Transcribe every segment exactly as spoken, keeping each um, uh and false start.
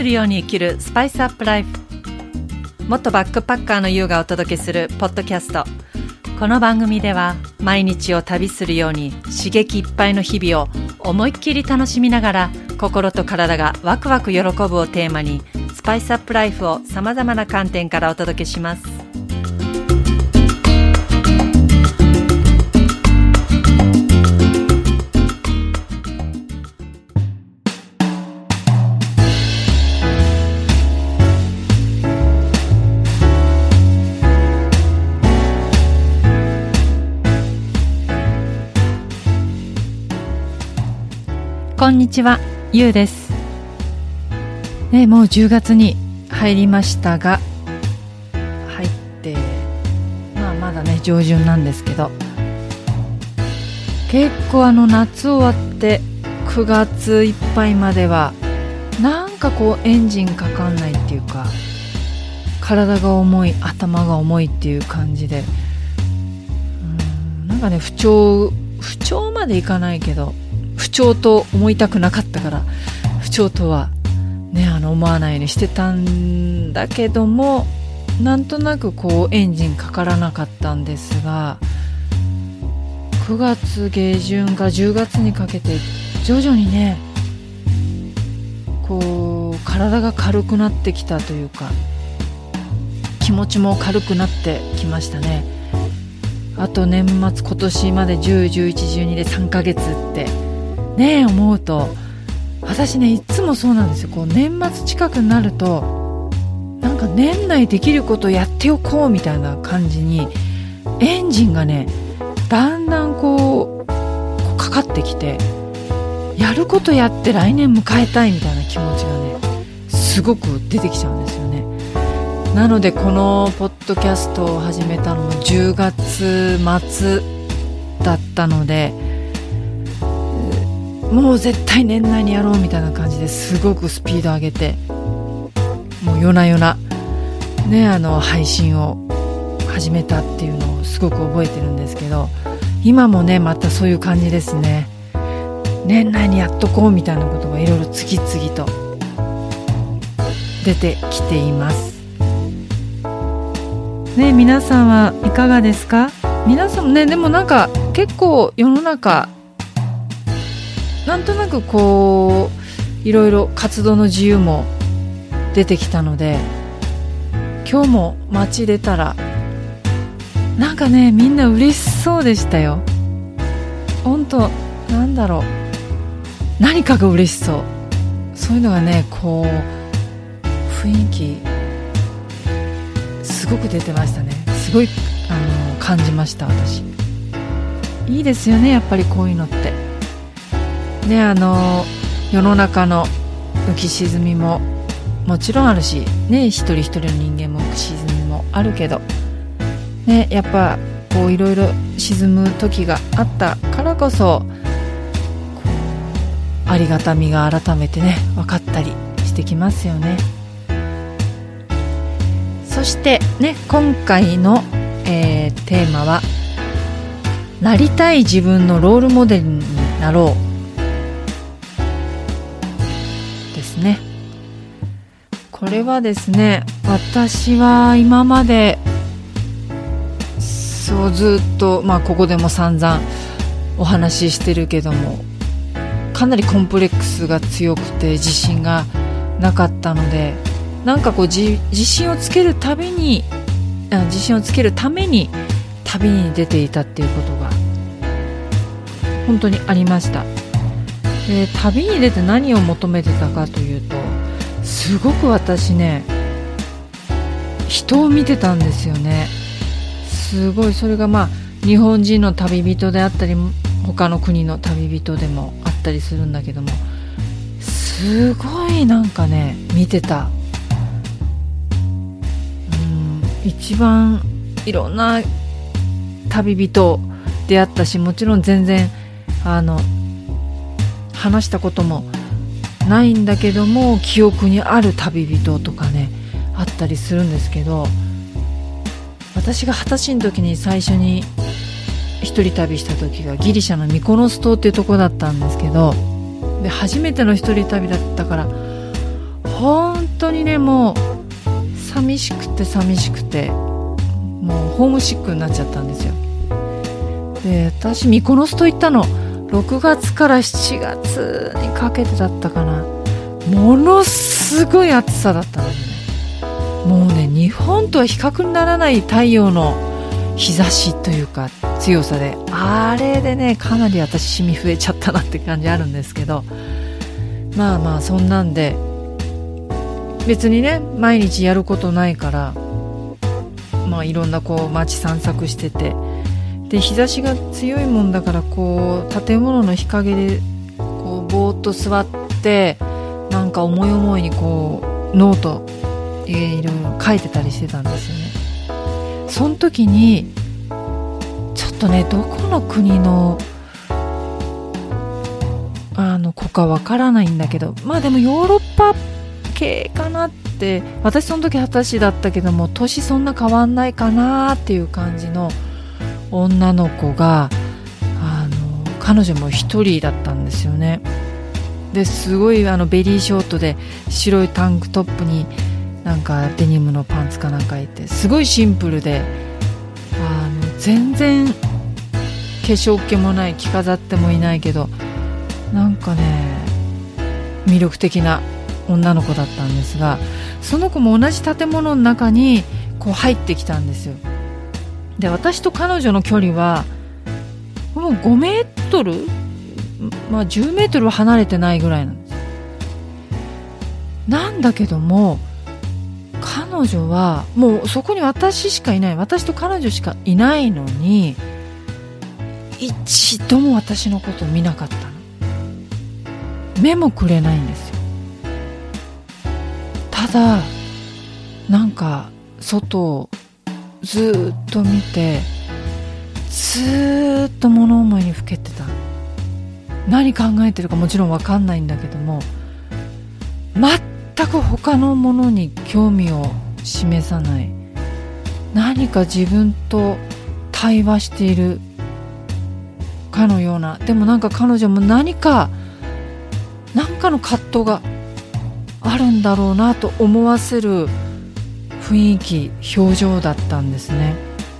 するように生きるスパイスアップライフ。元バックパッカーのユウがお届けするポッドキャスト。この番組では毎日を旅するように刺激いっぱいの日々を思いっきり楽しみながら、心と体がワクワク喜ぶをテーマにスパイスアップライフをさまざまな観点からお届けします。こんにちは、ゆうです、ね、もうじゅうがつに入りましたが、入って、まあ、まだね上旬なんですけど、結構あの夏終わってくがついっぱいまではなんかこうエンジンかかんないっていうか、体が重い、頭が重いっていう感じで、うーんなんかね不調不調までいかないけど、不調と思いたくなかったから不調とはねあの思わないようにしてたんだけども、なんとなくこうエンジンかからなかったんですが、くがつげじゅんからじゅうがつにかけて徐々にねこう体が軽くなってきたというか、気持ちも軽くなってきましたね。あと年末、今年までじゅう、じゅういち、じゅうにでさんかげつってねえ思うと、私ねいつもそうなんですよ。こう年末近くになるとなんか年内できることをやっておこうみたいな感じにエンジンがねだんだんこう、こうかかってきて、やることやって来年迎えたいみたいな気持ちがねすごく出てきちゃうんですよね。なのでこのポッドキャストを始めたのもじゅうがつまつだったので、もう絶対年内にやろうみたいな感じですごくスピード上げて、もう夜な夜なねあの配信を始めたっていうのをすごく覚えてるんですけど、今もねまたそういう感じですね。年内にやっとこうみたいなことがいろいろ次々と出てきていますね。皆さんはいかがですか？皆さんもね、でもなんか結構世の中なんとなくこういろいろ活動の自由も出てきたので、今日も街出たらなんかねみんな嬉しそうでしたよ。本当なんだろう、何かが嬉しそう、そういうのがねこう雰囲気すごく出てましたね。すごいあの感じました。私いいですよね、やっぱりこういうのってね。あの世の中の浮き沈みももちろんあるしね、一人一人の人間も浮き沈みもあるけどね、やっぱこういろいろ沈む時があったからこそ、こうありがたみが改めてね分かったりしてきますよね。そしてね今回の、えー、テーマはなりたい自分のロールモデルになろうですね。これはですね、私は今までそうずっと、まあ、ここでも散々お話ししてるけども、かなりコンプレックスが強くて自信がなかったので、なんかこう自信をつけるたびに自信をつけるために旅に出ていたっていうことが本当にありました。で旅に出て何を求めてたかというと、すごく私ね人を見てたんですよね。すごい、それがまあ日本人の旅人であったり他の国の旅人でもあったりするんだけども、すごいなんかね見てた。うん一番いろんな旅人出会ったし、もちろん全然あの話したこともないんだけども記憶にある旅人とかねあったりするんですけど、私が二十歳の時に最初に一人旅した時がギリシャのミコノス島っていうとこだったんですけど、で初めての一人旅だったから本当にねもう寂しくて寂しくてもうホームシックになっちゃったんですよ。で私ミコノスと行ったのろくがつからしちがつにかけてだったかな。ものすごい暑さだったんですね。もうね日本とは比較にならない太陽の日差しというか強さで、あれでねかなり私シミ増えちゃったなって感じあるんですけど、まあまあそんなんで別にね毎日やることないから、まあいろんなこう街散策してて、で日差しが強いもんだからこう建物の日陰でこうぼーっと座ってなんか思い思いにこうノートいろいろ書いてたりしてたんですよね。その時にちょっとねどこの国のあの子かわからないんだけど、まあでもヨーロッパ系かなって、私その時はたちだったけども年そんな変わんないかなっていう感じの女の子があの彼女も一人だったんですよね。ですごいあのベリーショートで白いタンクトップになんかデニムのパンツかなんかいて、すごいシンプルであの全然化粧気もない、着飾ってもいないけどなんかね魅力的な女の子だったんですが、その子も同じ建物の中にこう入ってきたんですよ。で私と彼女の距離はもうごメートル、まあ、じゅうメートルは離れてないぐらいなんです。なんだけども彼女はもうそこに私しかいない、私と彼女しかいないのに一度も私のことを見なかったの。目もくれないんですよ。ただなんか外をずっと見てずっと物思いにふけてた。何考えてるかもちろん分かんないんだけども全く他のものに興味を示さない、何か自分と対話しているかのような、でもなんか彼女も何か何かの葛藤があるんだろうなと思わせる雰囲気、表情だったんですね。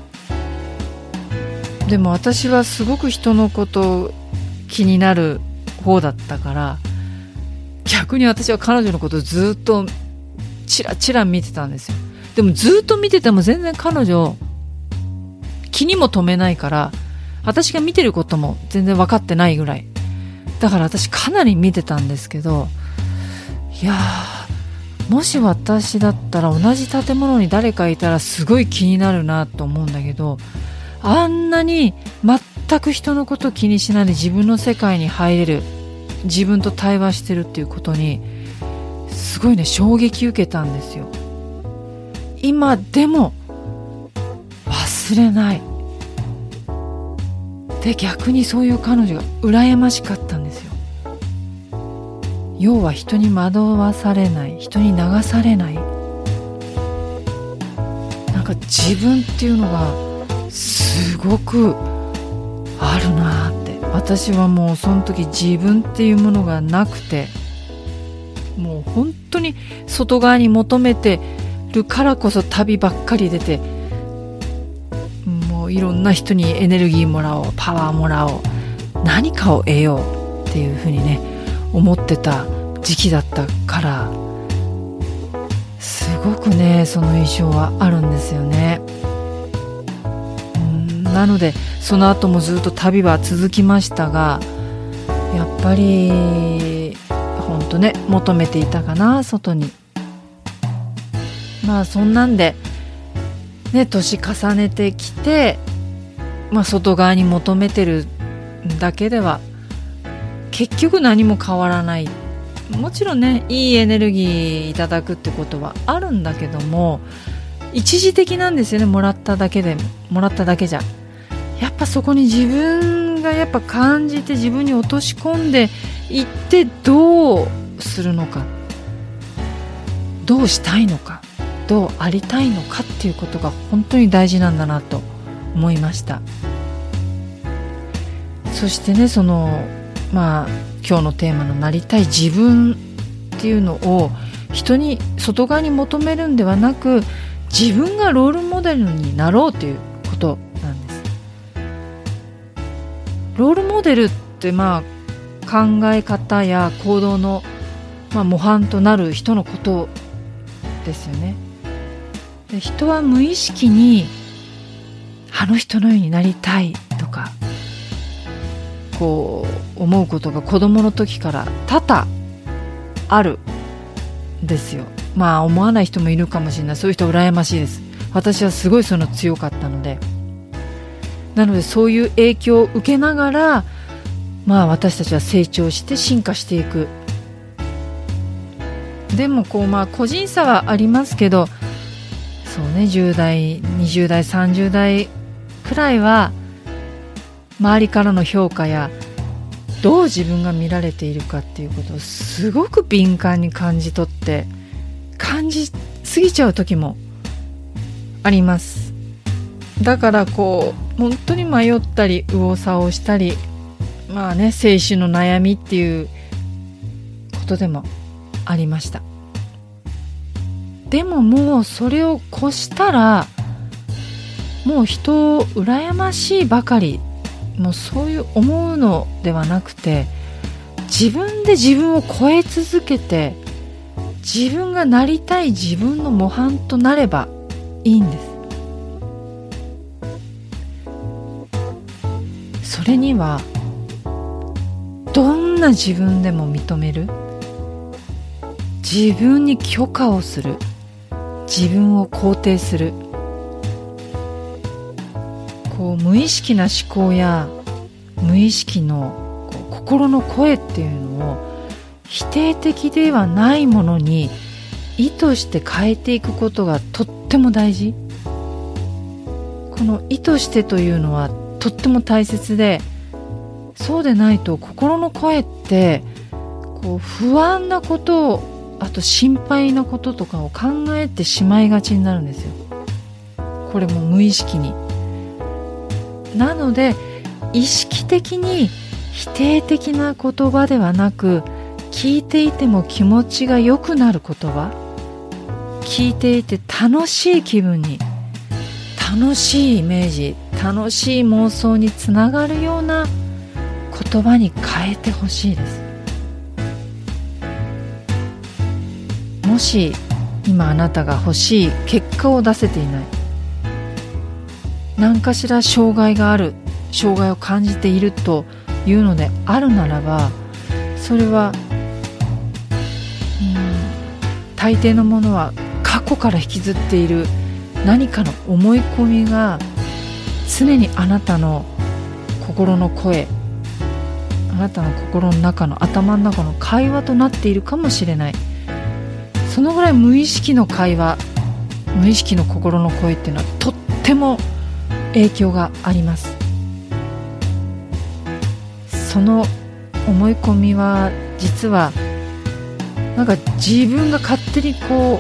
でも私はすごく人のこと気になる方だったから逆に私は彼女のことをずっとチラチラ見てたんですよ。でもずっと見てても全然彼女気にも留めないから、私が見てることも全然分かってないぐらいだから私かなり見てたんですけど、いやーもし私だったら同じ建物に誰かいたらすごい気になるなと思うんだけど、あんなに全く人のことを気にしないで自分の世界に入れる、自分と対話してるっていうことにすごいね衝撃受けたんですよ。今でも忘れないで、逆にそういう彼女が羨ましかったんですよ。要は人に惑わされない、人に流されない、なんか自分っていうのがすごくあるなって。私はもうその時自分っていうものがなくて、もう本当に外側に求めてるからこそ旅ばっかり出て、もういろんな人にエネルギーもらおう、パワーもらおう、何かを得ようっていうふうにね思ってた時期だったから、すごくねその印象はあるんですよね。うんなのでその後もずっと旅は続きましたが、やっぱり本当ね求めていたかな外に。まあそんなんでね年重ねてきて、まあ外側に求めてるだけでは結局何も変わらない。もちろんねいいエネルギーいただくってことはあるんだけども一時的なんですよね。もらっただけでもらっただけじゃやっぱそこに自分がやっぱ感じて自分に落とし込んでいってどうするのか、どうしたいのか、どうありたいのかっていうことが本当に大事なんだなと思いました。そしてねそのまあ今日のテーマのなりたい自分っていうのを人に外側に求めるんではなく、自分がロールモデルになろうということなんです。ロールモデルってまあ考え方や行動の、まあ、模範となる人のことですよね。で、人は無意識にあの人のようになりたいとかこう思うことが子供の時から多々あるんですよ。まあ思わない人もいるかもしれない。そういう人羨ましいです。私はすごいその強かったので。なのでそういう影響を受けながら、まあ私たちは成長して進化していく。でもこうまあ個人差はありますけど、そうね、じゅう代にじゅう代さんじゅう代くらいは周りからの評価やどう自分が見られているかっていうことをすごく敏感に感じ取って感じすぎちゃう時もあります。だからこう本当に迷ったり右往左往したり、まあね、青春の悩みっていうことでもありました。でももうそれを越したらもう人を羨ましいばかり、もうそういう思うのではなくて、自分で自分を超え続けて自分がなりたい自分の模範となればいいんです。それにはどんな自分でも認める、自分に許可をする、自分を肯定する、こう無意識な思考や無意識のこう心の声っていうのを否定的ではないものに意図して変えていくことがとっても大事。この意図してというのはとっても大切で、そうでないと心の声ってこう不安なことを、あと心配なこととかを考えてしまいがちになるんですよ。これも無意識に。なので意識的に否定的な言葉ではなく、聞いていても気持ちが良くなる言葉、聞いていて楽しい気分に、楽しいイメージ、楽しい妄想につながるような言葉に変えてほしいです。もし今あなたが欲しい結果を出せていない、何かしら障害がある、障害を感じているというのであるならば、それはうん大抵のものは過去から引きずっている何かの思い込みが常にあなたの心の声、あなたの心の中の頭の中の会話となっているかもしれない。そのぐらい無意識の会話、無意識の心の声っていうのはとっても影響があります。その思い込みは実はなんか自分が勝手にこ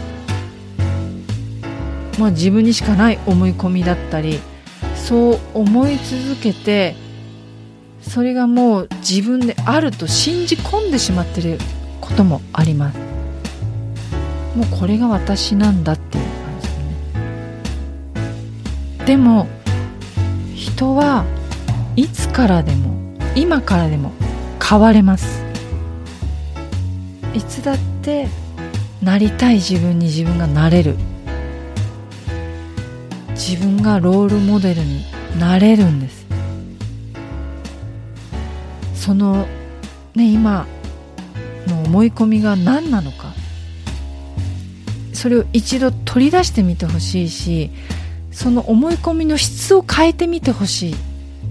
う、まあ、自分にしかない思い込みだったり、そう思い続けてそれがもう自分であると信じ込んでしまっていることもあります。もうこれが私なんだっていう感じですね。でも人はいつからでも今からでも変われます。いつだってなりたい自分に自分がなれる、自分がロールモデルになれるんです。そのね、今の思い込みが何なのか、それを一度取り出してみてほしいし、その思い込みの質を変えてみてほしい。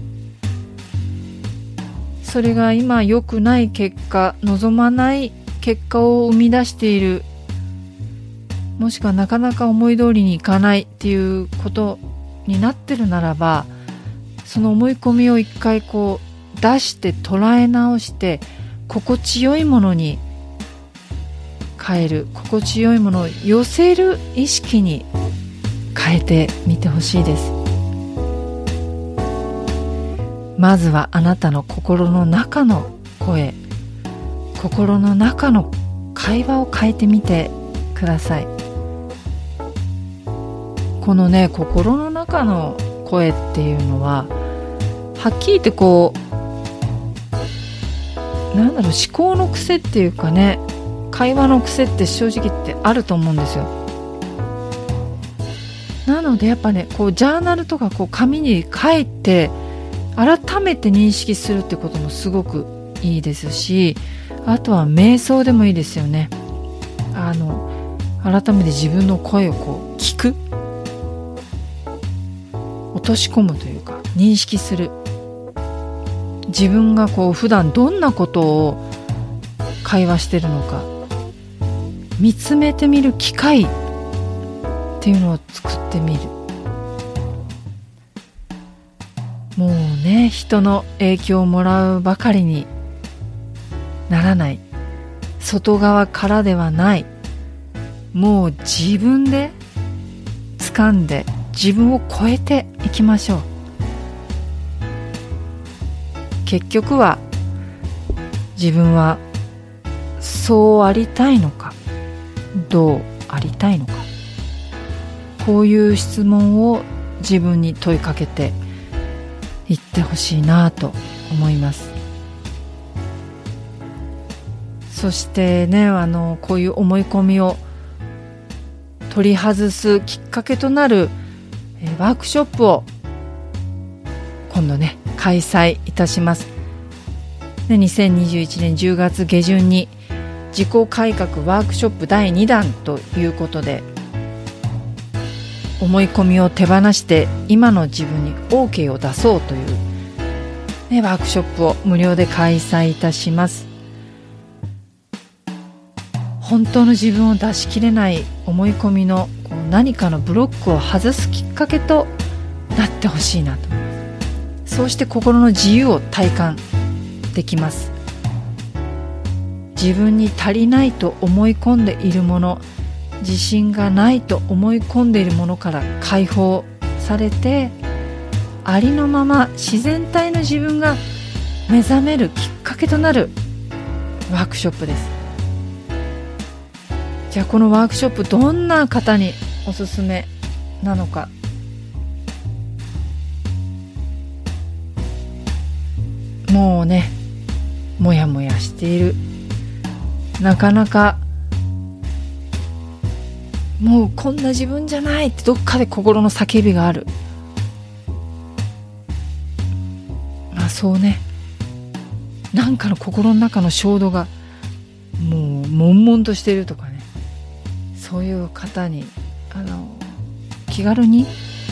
それが今良くない結果、望まない結果を生み出している、もしくはなかなか思い通りにいかないっていうことになってるならば、その思い込みを一回こう出して捉え直して、心地よいものに変える、心地よいものを寄せる意識に変えてみてほしいです。まずはあなたの心の中の声、心の中の会話を変えてみてください。このね、心の中の声っていうのははっきり言ってこうなんだろう、思考の癖っていうかね、会話の癖って正直言ってあると思うんですよ。なのでやっぱね、こうジャーナルとかこう紙に書いて改めて認識するってこともすごくいいですし、あとは瞑想でもいいですよね。あの改めて自分の声をこう聞く、落とし込むというか認識する。自分がこう普段どんなことを会話してるのか見つめてみる機会っていうのを作ってみる。もうね、人の影響をもらうばかりにならない、外側からではない、もう自分で掴んで自分を超えていきましょう。結局は自分はそうありたいのか、どうありたいのか、こういう質問を自分に問いかけていってほしいなと思います。そしてね、あのこういう思い込みを取り外すきっかけとなるえワークショップを今度ね開催いたします。でにせんにじゅういちねんじゅうがつげじゅんに自己改革ワークショップだいにだんということで、思い込みを手放して今の自分に オーケー を出そうという、ね、ワークショップを無料で開催いたします。本当の自分を出し切れない思い込みのこう何かのブロックを外すきっかけとなってほしいなと思います。そうして心の自由を体感できます。自分に足りないと思い込んでいるもの、自信がないと思い込んでいるものから解放されて、ありのまま自然体の自分が目覚めるきっかけとなるワークショップです。じゃあこのワークショップどんな方におすすめなのか。もうね、もやもやしている、なかなかもうこんな自分じゃないってどっかで心の叫びがある、まあそうね、なんかの心の中の衝動がもう悶々としているとかね、そういう方にあの気軽に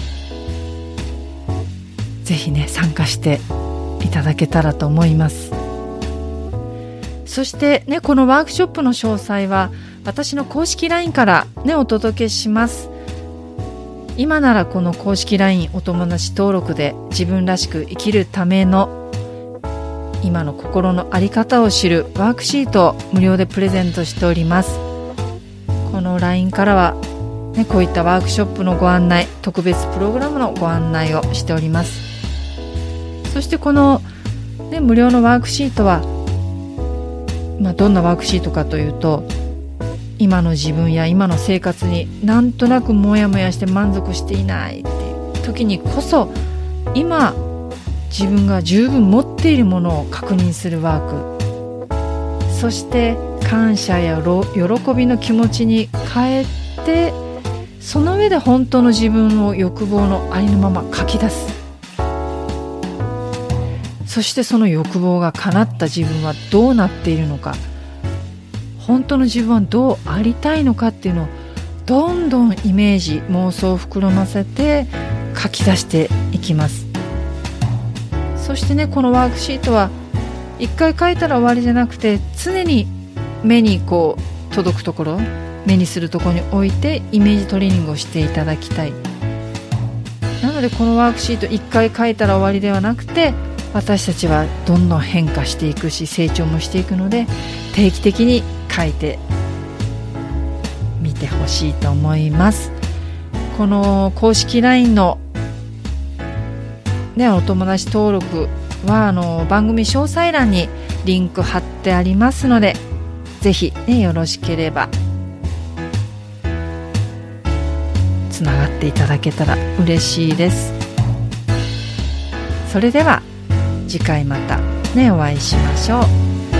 ぜひね参加していただけたらと思います。そしてね、このワークショップの詳細は私の公式 ライン からねお届けします。今ならこの公式 ライン お友達登録で自分らしく生きるための今の心の在り方を知るワークシートを無料でプレゼントしております。この ライン からは、ね、こういったワークショップのご案内、特別プログラムのご案内をしております。そしてこの、ね、無料のワークシートは、まあ、どんなワークシートかというと、今の自分や今の生活になんとなくモヤモヤして満足していないっていう時にこそ、今自分が十分持っているものを確認するワーク、そして感謝や喜びの気持ちに変えて、その上で本当の自分の欲望のありのまま書き出す。そしてその欲望が叶った自分はどうなっているのか、本当の自分はどうありたいのかっていうのをどんどんイメージ、妄想を膨らませて書き出していきます。そしてね、このワークシートは一回書いたら終わりじゃなくて、常に目にこう届くところ、目にするところに置いてイメージトレーニングをしていただきたい。なのでこのワークシート一回書いたら終わりではなくて、私たちはどんどん変化していくし成長もしていくので、定期的に書いてみてほしいと思います。この公式 ライン の、ね、お友達登録はあの番組詳細欄にリンク貼ってありますので、ぜひ、ね、よろしければつながっていただけたら嬉しいです。それでは次回またねお会いしましょう。